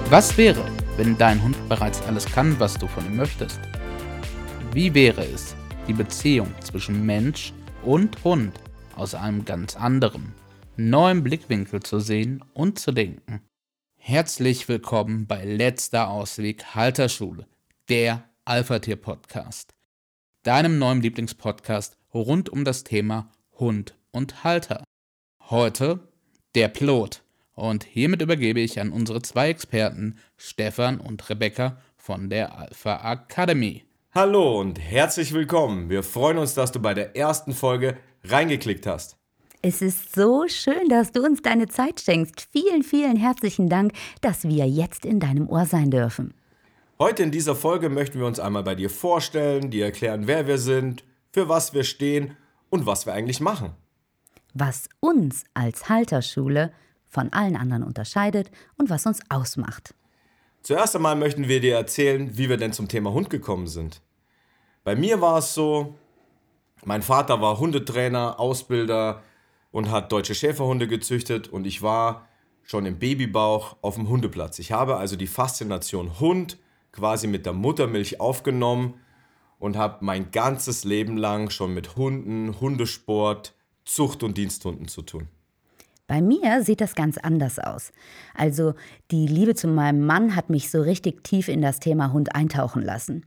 Was wäre, wenn dein Hund bereits alles kann, was du von ihm möchtest? Wie wäre es, die Beziehung zwischen Mensch und Hund aus einem ganz anderen, neuen Blickwinkel zu sehen und zu denken? Herzlich willkommen bei Letzter Ausweg Halterschule, der Alpha-Tier-Podcast, deinem neuen Lieblingspodcast rund um das Thema Hund und Halter. Heute der Pilot. Und hiermit übergebe ich an unsere zwei Experten, Stefan und Rebecca von der Alpha Academy. Hallo und herzlich willkommen. Wir freuen uns, dass du bei der ersten Folge reingeklickt hast. Es ist so schön, dass du uns deine Zeit schenkst. Vielen, vielen herzlichen Dank, dass wir jetzt in deinem Ohr sein dürfen. Heute in dieser Folge möchten wir uns einmal bei dir vorstellen, dir erklären, wer wir sind, für was wir stehen und was wir eigentlich machen. Was uns als Halterschule von allen anderen unterscheidet und was uns ausmacht. Zuerst einmal möchten wir dir erzählen, wie wir denn zum Thema Hund gekommen sind. Bei mir war es so, mein Vater war Hundetrainer, Ausbilder und hat deutsche Schäferhunde gezüchtet und ich war schon im Babybauch auf dem Hundeplatz. Ich habe also die Faszination Hund quasi mit der Muttermilch aufgenommen und habe mein ganzes Leben lang schon mit Hunden, Hundesport, Zucht- und Diensthunden zu tun. Bei mir sieht das ganz anders aus. Also die Liebe zu meinem Mann hat mich so richtig tief in das Thema Hund eintauchen lassen.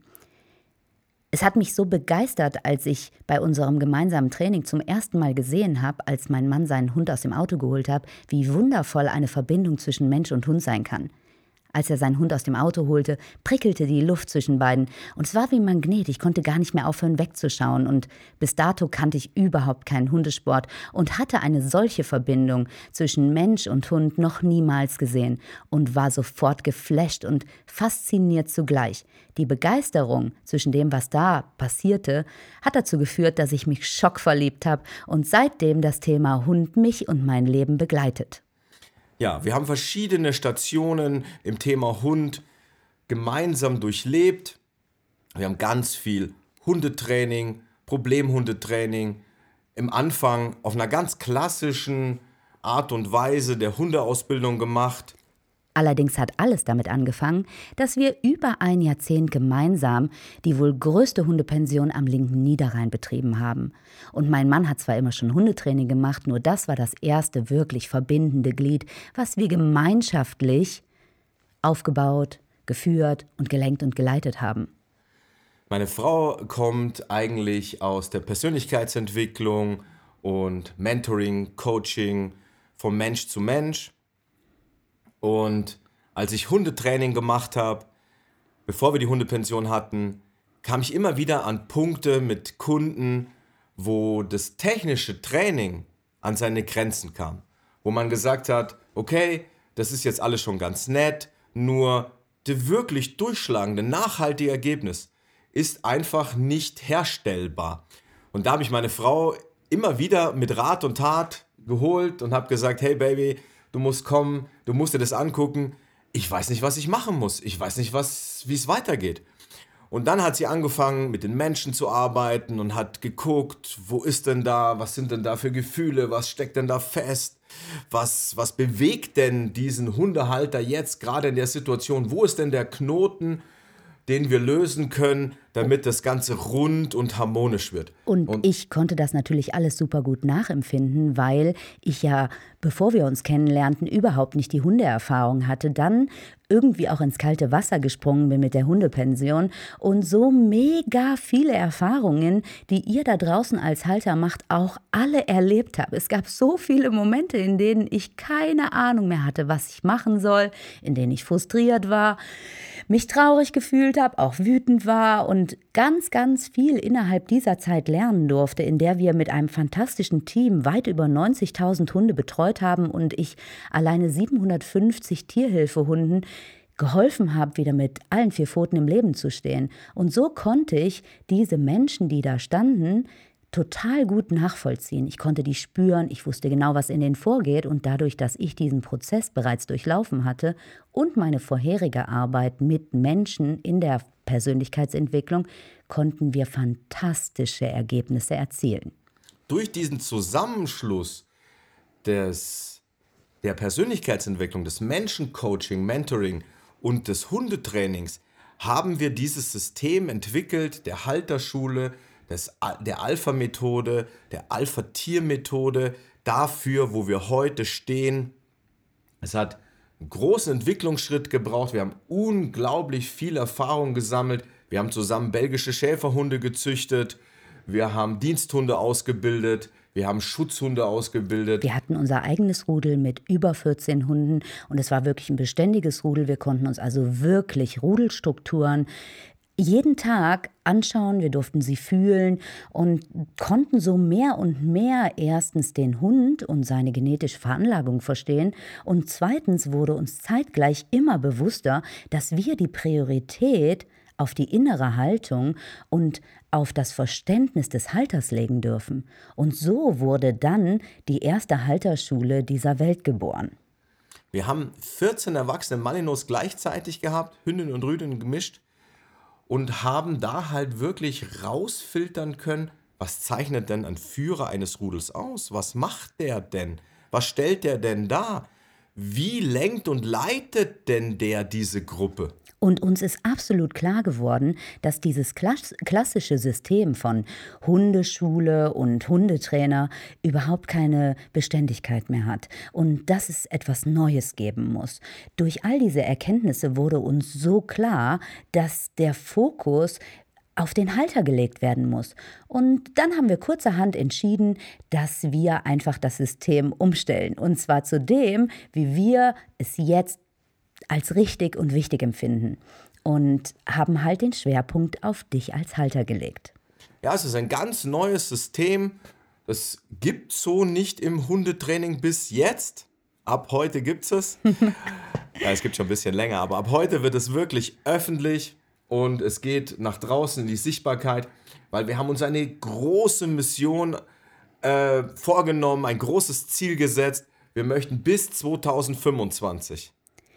Es hat mich so begeistert, als ich bei unserem gemeinsamen Training zum ersten Mal gesehen habe, als mein Mann seinen Hund aus dem Auto geholt hat, wie wundervoll eine Verbindung zwischen Mensch und Hund sein kann. Als er seinen Hund aus dem Auto holte, prickelte die Luft zwischen beiden. Und es war wie ein Magnet, ich konnte gar nicht mehr aufhören wegzuschauen. Und bis dato kannte ich überhaupt keinen Hundesport und hatte eine solche Verbindung zwischen Mensch und Hund noch niemals gesehen und war sofort geflasht und fasziniert zugleich. Die Begeisterung zwischen dem, was da passierte, hat dazu geführt, dass ich mich schockverliebt habe und seitdem das Thema Hund mich und mein Leben begleitet. Ja, wir haben verschiedene Stationen im Thema Hund gemeinsam durchlebt. Wir haben ganz viel Hundetraining, Problemhundetraining im Anfang auf einer ganz klassischen Art und Weise der Hundeausbildung gemacht. Allerdings hat alles damit angefangen, dass wir über ein Jahrzehnt gemeinsam die wohl größte Hundepension am linken Niederrhein betrieben haben. Und mein Mann hat zwar immer schon Hundetraining gemacht, nur das war das erste wirklich verbindende Glied, was wir gemeinschaftlich aufgebaut, geführt und gelenkt und geleitet haben. Meine Frau kommt eigentlich aus der Persönlichkeitsentwicklung und Mentoring, Coaching vom Mensch zu Mensch. Und als ich Hundetraining gemacht habe, bevor wir die Hundepension hatten, kam ich immer wieder an Punkte mit Kunden, wo das technische Training an seine Grenzen kam. Wo man gesagt hat, okay, das ist jetzt alles schon ganz nett, nur das wirklich durchschlagende, nachhaltige Ergebnis ist einfach nicht herstellbar. Und da habe ich meine Frau immer wieder mit Rat und Tat geholt und habe gesagt, hey Baby, du musst kommen, du musst dir das angucken. Ich weiß nicht, was ich machen muss. Ich weiß nicht, wie es weitergeht. Und dann hat sie angefangen, mit den Menschen zu arbeiten und hat geguckt, wo ist denn da, was sind denn da für Gefühle, was steckt denn da fest, was bewegt denn diesen Hundehalter jetzt gerade in der Situation, wo ist denn der Knoten, den wir lösen können, damit das Ganze rund und harmonisch wird. Und ich konnte das natürlich alles super gut nachempfinden, weil ich ja, bevor wir uns kennenlernten, überhaupt nicht die Hundeerfahrung hatte, dann irgendwie auch ins kalte Wasser gesprungen bin mit der Hundepension und so mega viele Erfahrungen, die ihr da draußen als Halter macht, auch alle erlebt habe. Es gab so viele Momente, in denen ich keine Ahnung mehr hatte, was ich machen soll, in denen ich frustriert war, mich traurig gefühlt habe, auch wütend war und ganz, ganz viel innerhalb dieser Zeit lernen durfte, in der wir mit einem fantastischen Team weit über 90.000 Hunde betreut haben und ich alleine 750 Tierhilfehunden geholfen habe, wieder mit allen 4 Pfoten im Leben zu stehen. Und so konnte ich diese Menschen, die da standen, total gut nachvollziehen. Ich konnte die spüren, ich wusste genau, was in denen vorgeht und dadurch, dass ich diesen Prozess bereits durchlaufen hatte und meine vorherige Arbeit mit Menschen in der Persönlichkeitsentwicklung, konnten wir fantastische Ergebnisse erzielen. Durch diesen Zusammenschluss der Persönlichkeitsentwicklung, des Menschencoaching, Mentoring und des Hundetrainings haben wir dieses System entwickelt, der Halterschule, der Alpha-Methode, der Alpha-Tier-Methode, dafür, wo wir heute stehen. Es hat einen großen Entwicklungsschritt gebraucht. Wir haben unglaublich viel Erfahrung gesammelt. Wir haben zusammen belgische Schäferhunde gezüchtet. Wir haben Diensthunde ausgebildet. Wir haben Schutzhunde ausgebildet. Wir hatten unser eigenes Rudel mit über 14 Hunden und es war wirklich ein beständiges Rudel. Wir konnten uns also wirklich Rudelstrukturen jeden Tag anschauen, wir durften sie fühlen und konnten so mehr und mehr erstens den Hund und seine genetische Veranlagung verstehen und zweitens wurde uns zeitgleich immer bewusster, dass wir die Priorität auf die innere Haltung und auf das Verständnis des Halters legen dürfen. Und so wurde dann die erste Halterschule dieser Welt geboren. Wir haben 14 erwachsene Malinois gleichzeitig gehabt, Hündinnen und Rüdinnen gemischt und haben da halt wirklich rausfiltern können, was zeichnet denn ein Führer eines Rudels aus? Was macht der denn? Was stellt der denn dar? Wie lenkt und leitet denn der diese Gruppe? Und uns ist absolut klar geworden, dass dieses klassische System von Hundeschule und Hundetrainer überhaupt keine Beständigkeit mehr hat und dass es etwas Neues geben muss. Durch all diese Erkenntnisse wurde uns so klar, dass der Fokus auf den Halter gelegt werden muss. Und dann haben wir kurzerhand entschieden, dass wir einfach das System umstellen. Und zwar zu dem, wie wir es jetzt als richtig und wichtig empfinden. Und haben halt den Schwerpunkt auf dich als Halter gelegt. Ja, es ist ein ganz neues System. Das gibt so nicht im Hundetraining bis jetzt. Ab heute gibt es. Ja, es gibt schon ein bisschen länger, aber ab heute wird es wirklich öffentlich. Und es geht nach draußen in die Sichtbarkeit, weil wir haben uns eine große Mission vorgenommen, ein großes Ziel gesetzt. Wir möchten bis 2025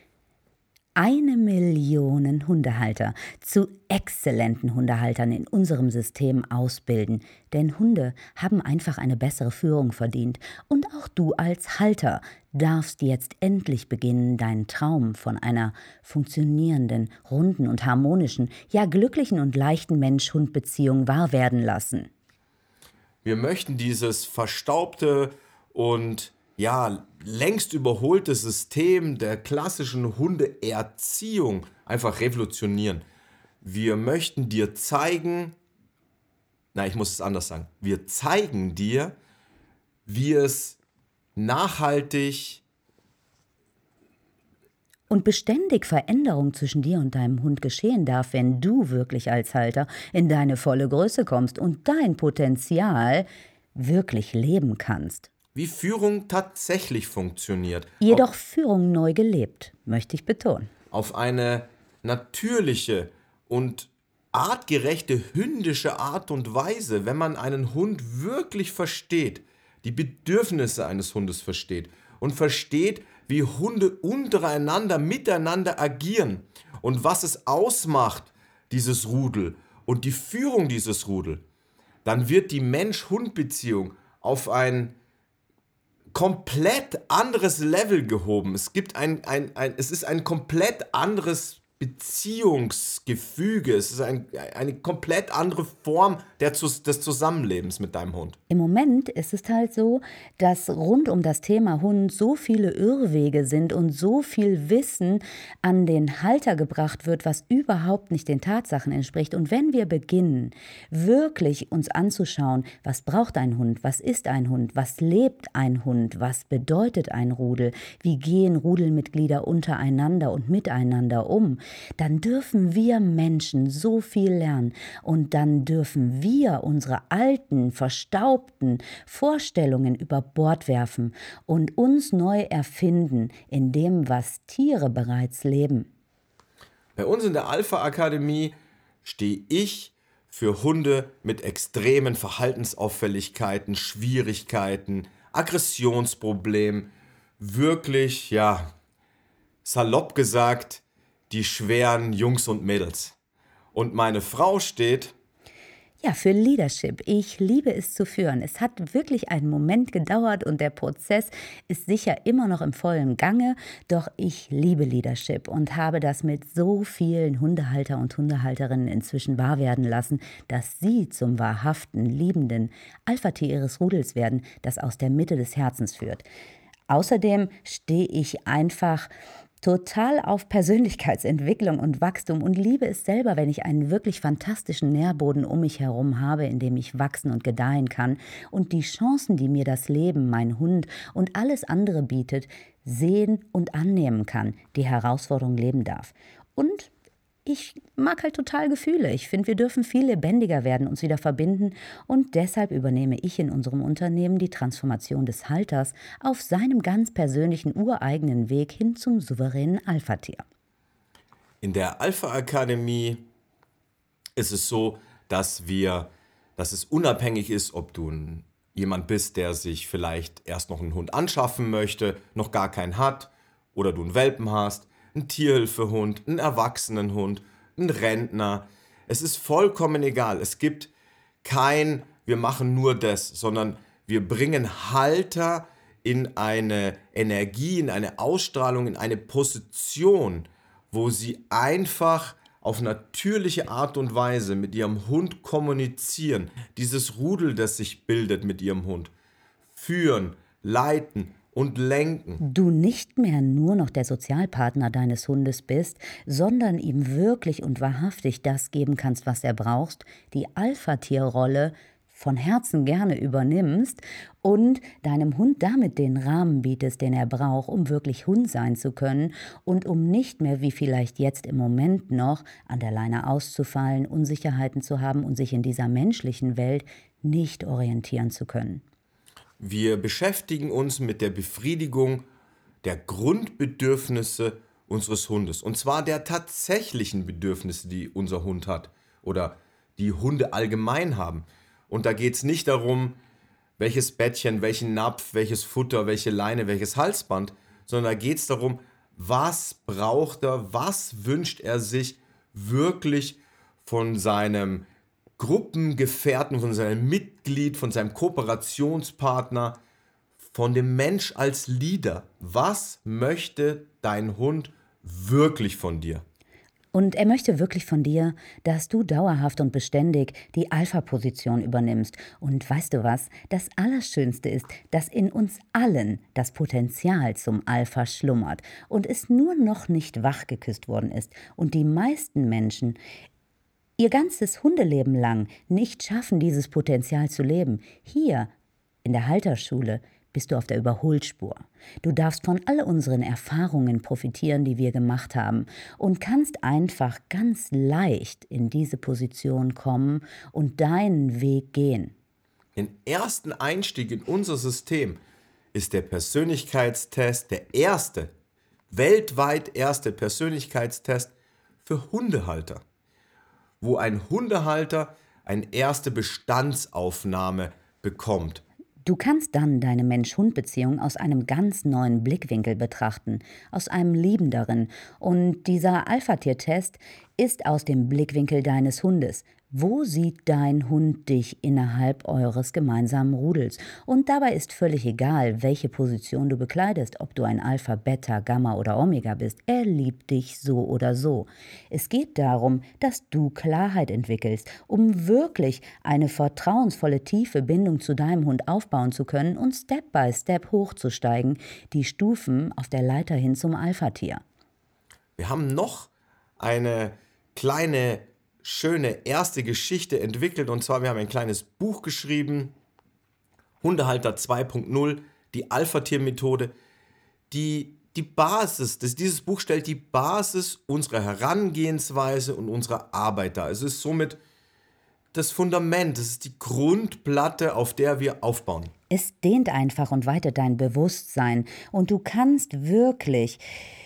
1 Million Hundehalter zu exzellenten Hundehaltern in unserem System ausbilden. Denn Hunde haben einfach eine bessere Führung verdient. Und auch du als Halter darfst jetzt endlich beginnen, deinen Traum von einer funktionierenden, runden und harmonischen, ja glücklichen und leichten Mensch-Hund-Beziehung wahr werden lassen. Wir möchten dieses verstaubte und längst überholte System der klassischen Hundeerziehung einfach revolutionieren. Wir möchten dir zeigen, ich muss es anders sagen, wir zeigen dir, wie es nachhaltig und beständig Veränderung zwischen dir und deinem Hund geschehen darf, wenn du wirklich als Halter in deine volle Größe kommst und dein Potenzial wirklich leben kannst. Wie Führung tatsächlich funktioniert. Jedoch Führung neu gelebt, möchte ich betonen. Auf eine natürliche und artgerechte, hündische Art und Weise, wenn man einen Hund wirklich versteht, die Bedürfnisse eines Hundes versteht und versteht, wie Hunde untereinander, miteinander agieren und was es ausmacht, dieses Rudel und die Führung dieses Rudel, dann wird die Mensch-Hund-Beziehung auf ein komplett anderes Level gehoben. Es ist ein komplett anderes Beziehungsgefüge. Es ist eine komplett andere Form des Zusammenlebens mit deinem Hund. Im Moment ist es halt so, dass rund um das Thema Hund so viele Irrwege sind und so viel Wissen an den Halter gebracht wird, was überhaupt nicht den Tatsachen entspricht. Und wenn wir beginnen, wirklich uns anzuschauen, was braucht ein Hund, was ist ein Hund, was lebt ein Hund, was bedeutet ein Rudel, wie gehen Rudelmitglieder untereinander und miteinander um, dann dürfen wir Menschen so viel lernen und dann dürfen wir unsere alten, verstaubten Vorstellungen über Bord werfen und uns neu erfinden in dem, was Tiere bereits leben. Bei uns in der Alpha-Akademie stehe ich für Hunde mit extremen Verhaltensauffälligkeiten, Schwierigkeiten, Aggressionsproblemen, wirklich, salopp gesagt, die schweren Jungs und Mädels. Und meine Frau steht Ja, für Leadership. Ich liebe es zu führen. Es hat wirklich einen Moment gedauert und der Prozess ist sicher immer noch im vollen Gange. Doch ich liebe Leadership und habe das mit so vielen Hundehalter und Hundehalterinnen inzwischen wahr werden lassen, dass sie zum wahrhaften, liebenden Alpha-Tier ihres Rudels werden, das aus der Mitte des Herzens führt. Außerdem stehe ich einfach total auf Persönlichkeitsentwicklung und Wachstum und liebe es selber, wenn ich einen wirklich fantastischen Nährboden um mich herum habe, in dem ich wachsen und gedeihen kann und die Chancen, die mir das Leben, mein Hund und alles andere bietet, sehen und annehmen kann, die Herausforderung leben darf. Und ich mag halt total Gefühle. Ich finde, wir dürfen viel lebendiger werden, uns wieder verbinden. Und deshalb übernehme ich in unserem Unternehmen die Transformation des Halters auf seinem ganz persönlichen, ureigenen Weg hin zum souveränen Alpha-Tier. In der Alpha-Akademie ist es so, dass es unabhängig ist, ob du jemand bist, der sich vielleicht erst noch einen Hund anschaffen möchte, noch gar keinen hat, oder du einen Welpen hast, einen Tierhilfehund, einen Erwachsenenhund, einen Rentner. Es ist vollkommen egal. Es gibt wir machen nur das, sondern wir bringen Halter in eine Energie, in eine Ausstrahlung, in eine Position, wo sie einfach auf natürliche Art und Weise mit ihrem Hund kommunizieren, dieses Rudel, das sich bildet mit ihrem Hund, führen, leiten und lenken. Du nicht mehr nur noch der Sozialpartner deines Hundes bist, sondern ihm wirklich und wahrhaftig das geben kannst, was er braucht, die Alpha-Tier-Rolle von Herzen gerne übernimmst und deinem Hund damit den Rahmen bietest, den er braucht, um wirklich Hund sein zu können und um nicht mehr, wie vielleicht jetzt im Moment noch, an der Leine auszufallen, Unsicherheiten zu haben und sich in dieser menschlichen Welt nicht orientieren zu können. Wir beschäftigen uns mit der Befriedigung der Grundbedürfnisse unseres Hundes. Und zwar der tatsächlichen Bedürfnisse, die unser Hund hat oder die Hunde allgemein haben. Und da geht es nicht darum, welches Bettchen, welchen Napf, welches Futter, welche Leine, welches Halsband, sondern da geht es darum, was braucht er, was wünscht er sich wirklich von seinem Gruppengefährten, von seinem Mitglied, von seinem Kooperationspartner, von dem Mensch als Leader. Was möchte dein Hund wirklich von dir? Und er möchte wirklich von dir, dass du dauerhaft und beständig die Alpha-Position übernimmst. Und weißt du was? Das Allerschönste ist, dass in uns allen das Potenzial zum Alpha schlummert und es nur noch nicht wachgeküsst worden ist. Und die meisten Menschen ihr ganzes Hundeleben lang nicht schaffen, dieses Potenzial zu leben. Hier, in der Halterschule, bist du auf der Überholspur. Du darfst von all unseren Erfahrungen profitieren, die wir gemacht haben und kannst einfach ganz leicht in diese Position kommen und deinen Weg gehen. Den ersten Einstieg in unser System ist der Persönlichkeitstest, der erste, weltweit erste Persönlichkeitstest für Hundehalter, wo ein Hundehalter eine erste Bestandsaufnahme bekommt. Du kannst dann deine Mensch-Hund-Beziehung aus einem ganz neuen Blickwinkel betrachten, aus einem liebenderen. Und dieser Alpha-Tier-Test ist aus dem Blickwinkel deines Hundes. Wo sieht dein Hund dich innerhalb eures gemeinsamen Rudels? Und dabei ist völlig egal, welche Position du bekleidest, ob du ein Alpha, Beta, Gamma oder Omega bist. Er liebt dich so oder so. Es geht darum, dass du Klarheit entwickelst, um wirklich eine vertrauensvolle, tiefe Bindung zu deinem Hund aufbauen zu können und Step by Step hochzusteigen, die Stufen auf der Leiter hin zum Alpha-Tier. Wir haben noch eine kleine schöne erste Geschichte entwickelt, und zwar wir haben ein kleines Buch geschrieben, Hundehalter 2.0, die Alpha-Tier-Methode, die Basis, dieses Buch stellt die Basis unserer Herangehensweise und unserer Arbeit dar. Es ist somit das Fundament, es ist die Grundplatte, auf der wir aufbauen. Es dehnt einfach und weitet dein Bewusstsein und du kannst wirklich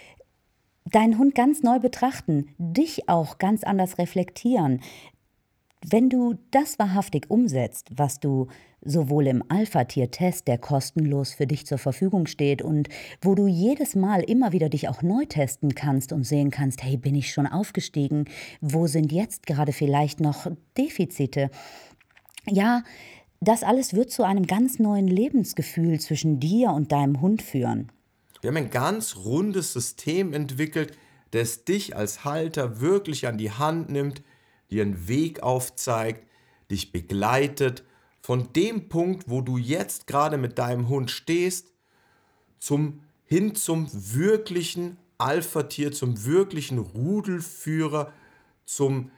deinen Hund ganz neu betrachten, dich auch ganz anders reflektieren. Wenn du das wahrhaftig umsetzt, was du sowohl im Alpha-Tier-Test, der kostenlos für dich zur Verfügung steht und wo du jedes Mal immer wieder dich auch neu testen kannst und sehen kannst, hey, bin ich schon aufgestiegen? Wo sind jetzt gerade vielleicht noch Defizite? Ja, das alles wird zu einem ganz neuen Lebensgefühl zwischen dir und deinem Hund führen. Wir haben ein ganz rundes System entwickelt, das dich als Halter wirklich an die Hand nimmt, dir einen Weg aufzeigt, dich begleitet, von dem Punkt, wo du jetzt gerade mit deinem Hund stehst, hin zum wirklichen Alpha-Tier, zum wirklichen Rudelführer, zum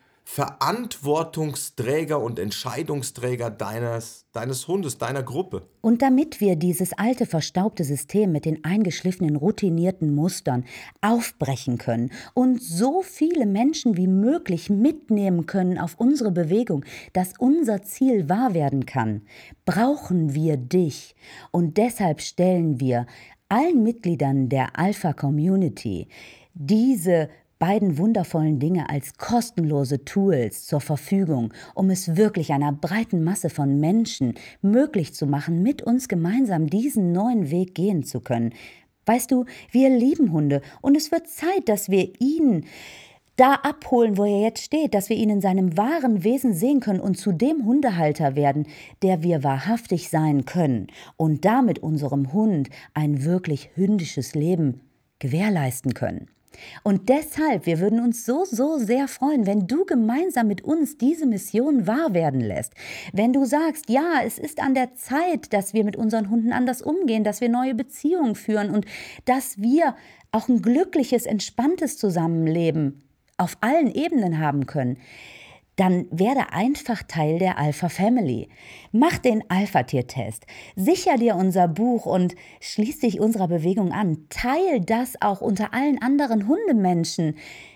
Verantwortungsträger und Entscheidungsträger deines Hundes, deiner Gruppe. Und damit wir dieses alte, verstaubte System mit den eingeschliffenen, routinierten Mustern aufbrechen können und so viele Menschen wie möglich mitnehmen können auf unsere Bewegung, dass unser Ziel wahr werden kann, brauchen wir dich. Und deshalb stellen wir allen Mitgliedern der Alpha-Community diese beiden wundervollen Dinge als kostenlose Tools zur Verfügung, um es wirklich einer breiten Masse von Menschen möglich zu machen, mit uns gemeinsam diesen neuen Weg gehen zu können. Weißt du, wir lieben Hunde und es wird Zeit, dass wir ihn da abholen, wo er jetzt steht, dass wir ihn in seinem wahren Wesen sehen können und zu dem Hundehalter werden, der wir wahrhaftig sein können und damit unserem Hund ein wirklich hündisches Leben gewährleisten können. Und deshalb, wir würden uns so sehr freuen, wenn du gemeinsam mit uns diese Mission wahr werden lässt. Wenn du sagst, ja, es ist an der Zeit, dass wir mit unseren Hunden anders umgehen, dass wir neue Beziehungen führen und dass wir auch ein glückliches, entspanntes Zusammenleben auf allen Ebenen haben können, dann werde einfach Teil der Alpha Family. Mach den Alpha-Tier-Test, sicher dir unser Buch und schließ dich unserer Bewegung an. Teil das auch unter allen anderen Hundemenschen.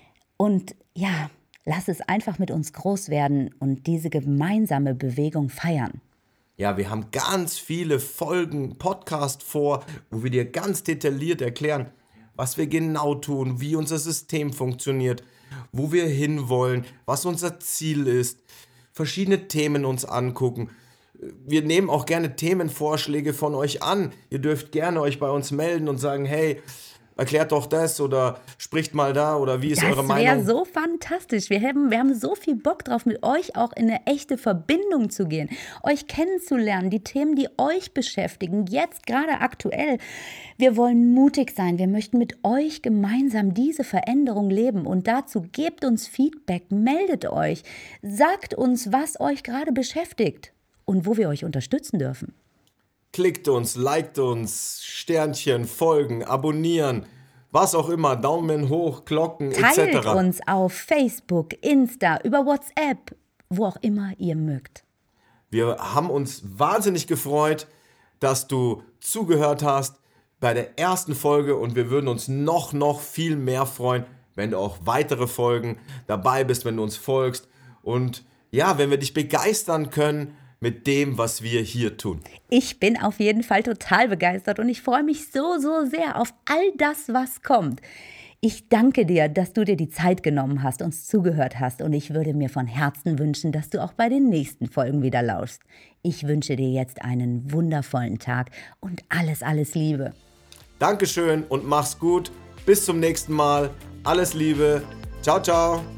Und ja, lass es einfach mit uns groß werden und diese gemeinsame Bewegung feiern. Ja, wir haben ganz viele Folgen, Podcast vor, wo wir dir ganz detailliert erklären, was wir genau tun, wie unser System funktioniert, wo wir hinwollen, was unser Ziel ist, verschiedene Themen uns angucken. Wir nehmen auch gerne Themenvorschläge von euch an. Ihr dürft gerne euch bei uns melden und sagen, hey, erklärt doch das oder spricht mal da oder wie ist eure Meinung? Das wäre so fantastisch. Wir haben so viel Bock drauf, mit euch auch in eine echte Verbindung zu gehen, euch kennenzulernen, die Themen, die euch beschäftigen, jetzt gerade aktuell. Wir wollen mutig sein, wir möchten mit euch gemeinsam diese Veränderung leben und dazu gebt uns Feedback, meldet euch, sagt uns, was euch gerade beschäftigt und wo wir euch unterstützen dürfen. Klickt uns, liked uns, Sternchen, folgen, abonnieren, was auch immer, Daumen hoch, Glocken etc. Teilt uns auf Facebook, Insta, über WhatsApp, wo auch immer ihr mögt. Wir haben uns wahnsinnig gefreut, dass du zugehört hast bei der ersten Folge und wir würden uns noch viel mehr freuen, wenn du auch weitere Folgen dabei bist, wenn du uns folgst und ja, wenn wir dich begeistern können mit dem, was wir hier tun. Ich bin auf jeden Fall total begeistert und ich freue mich so sehr auf all das, was kommt. Ich danke dir, dass du dir die Zeit genommen hast, uns zugehört hast und ich würde mir von Herzen wünschen, dass du auch bei den nächsten Folgen wieder lauschst. Ich wünsche dir jetzt einen wundervollen Tag und alles Liebe. Dankeschön und mach's gut. Bis zum nächsten Mal. Alles Liebe. Ciao, ciao.